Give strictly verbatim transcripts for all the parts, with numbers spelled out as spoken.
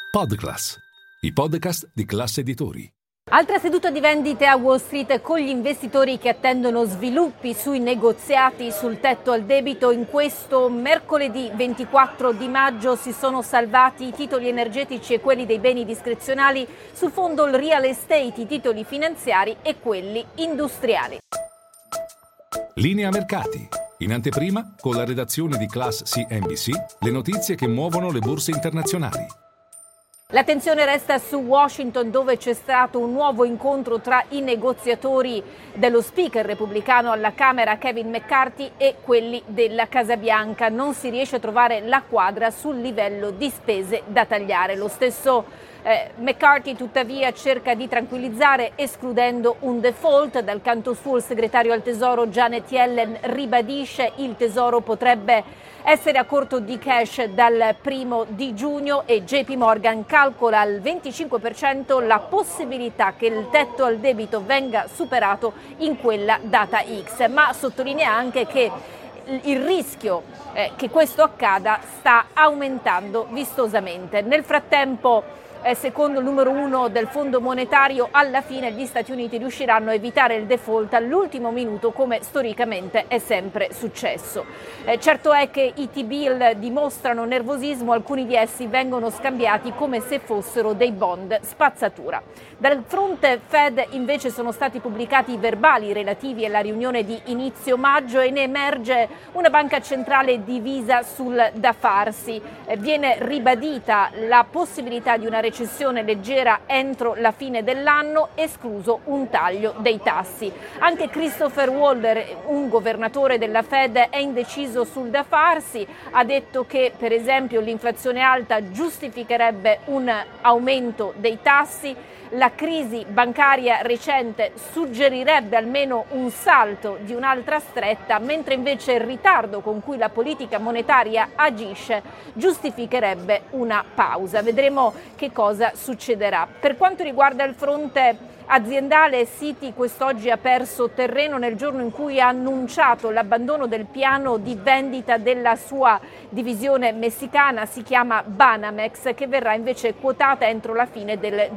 Podclass, i podcast di Class Editori. Altra seduta di vendite a Wall Street con gli investitori che attendono sviluppi sui negoziati sul tetto al debito. In questo mercoledì ventiquattro di maggio si sono salvati i titoli energetici e quelli dei beni discrezionali, sul fondo il real estate, i titoli finanziari e quelli industriali. Linea mercati. In anteprima, con la redazione di Class C N B C, le notizie che muovono le borse internazionali. L'attenzione resta su Washington, dove c'è stato un nuovo incontro tra i negoziatori dello speaker repubblicano alla Camera Kevin McCarthy e quelli della Casa Bianca. Non si riesce a trovare la quadra sul livello di spese da tagliare. Lo stesso eh, McCarthy tuttavia cerca di tranquillizzare escludendo un default. Dal canto suo il segretario al Tesoro Janet Yellen ribadisce il Tesoro potrebbe essere a corto di cash dal primo di giugno e J P Morgan calcola al venticinque per cento la possibilità che il tetto al debito venga superato in quella data X, ma sottolinea anche che il rischio eh, che questo accada sta aumentando vistosamente. Nel frattempo, Eh, secondo il numero uno del Fondo Monetario, alla fine gli Stati Uniti riusciranno a evitare il default all'ultimo minuto, come storicamente è sempre successo. Eh, certo è che i T-bill dimostrano nervosismo, alcuni di essi vengono scambiati come se fossero dei bond spazzatura. Dal fronte Fed invece sono stati pubblicati i verbali relativi alla riunione di inizio maggio e ne emerge una banca centrale divisa sul da farsi. Eh, viene ribadita la possibilità di una recessione leggera entro la fine dell'anno, escluso un taglio dei tassi. Anche Christopher Waller, un governatore della Fed, è indeciso sul da farsi, ha detto che per esempio l'inflazione alta giustificherebbe un aumento dei tassi. La crisi bancaria recente suggerirebbe almeno un salto di un'altra stretta, mentre invece il ritardo con cui la politica monetaria agisce giustificherebbe una pausa. Vedremo che cosa succederà. Per quanto riguarda il fronte aziendale, Citi quest'oggi ha perso terreno nel giorno in cui ha annunciato l'abbandono del piano di vendita della sua divisione messicana, si chiama Banamex, che verrà invece quotata entro la fine del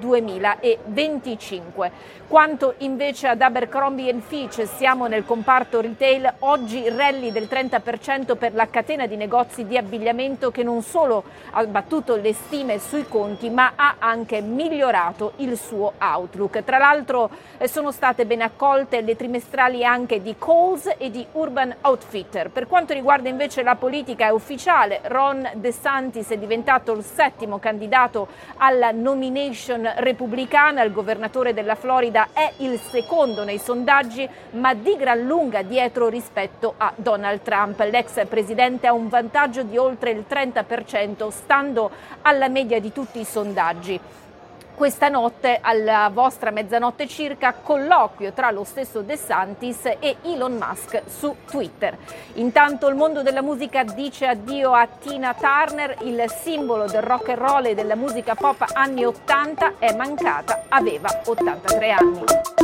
duemilaventicinque. Quanto invece ad Abercrombie and Fitch, siamo nel comparto retail, oggi rally del trenta per cento per la catena di negozi di abbigliamento che non solo ha battuto le stime sui conti ma ha anche migliorato il suo outlook. Tra l'altro eh, sono state ben accolte le trimestrali anche di Kohl's e di Urban Outfitter. Per quanto riguarda invece la politica, è ufficiale, Ron DeSantis è diventato il settimo candidato alla nomination repubblicana. Il governatore della Florida è il secondo nei sondaggi, ma di gran lunga dietro rispetto a Donald Trump. L'ex presidente ha un vantaggio di oltre il trenta per cento, stando alla media di tutti i sondaggi. Questa notte, alla vostra mezzanotte circa, colloquio tra lo stesso DeSantis e Elon Musk su Twitter. Intanto il mondo della musica dice addio a Tina Turner, il simbolo del rock and roll e della musica pop anni ottanta, è mancata, aveva ottantatré anni.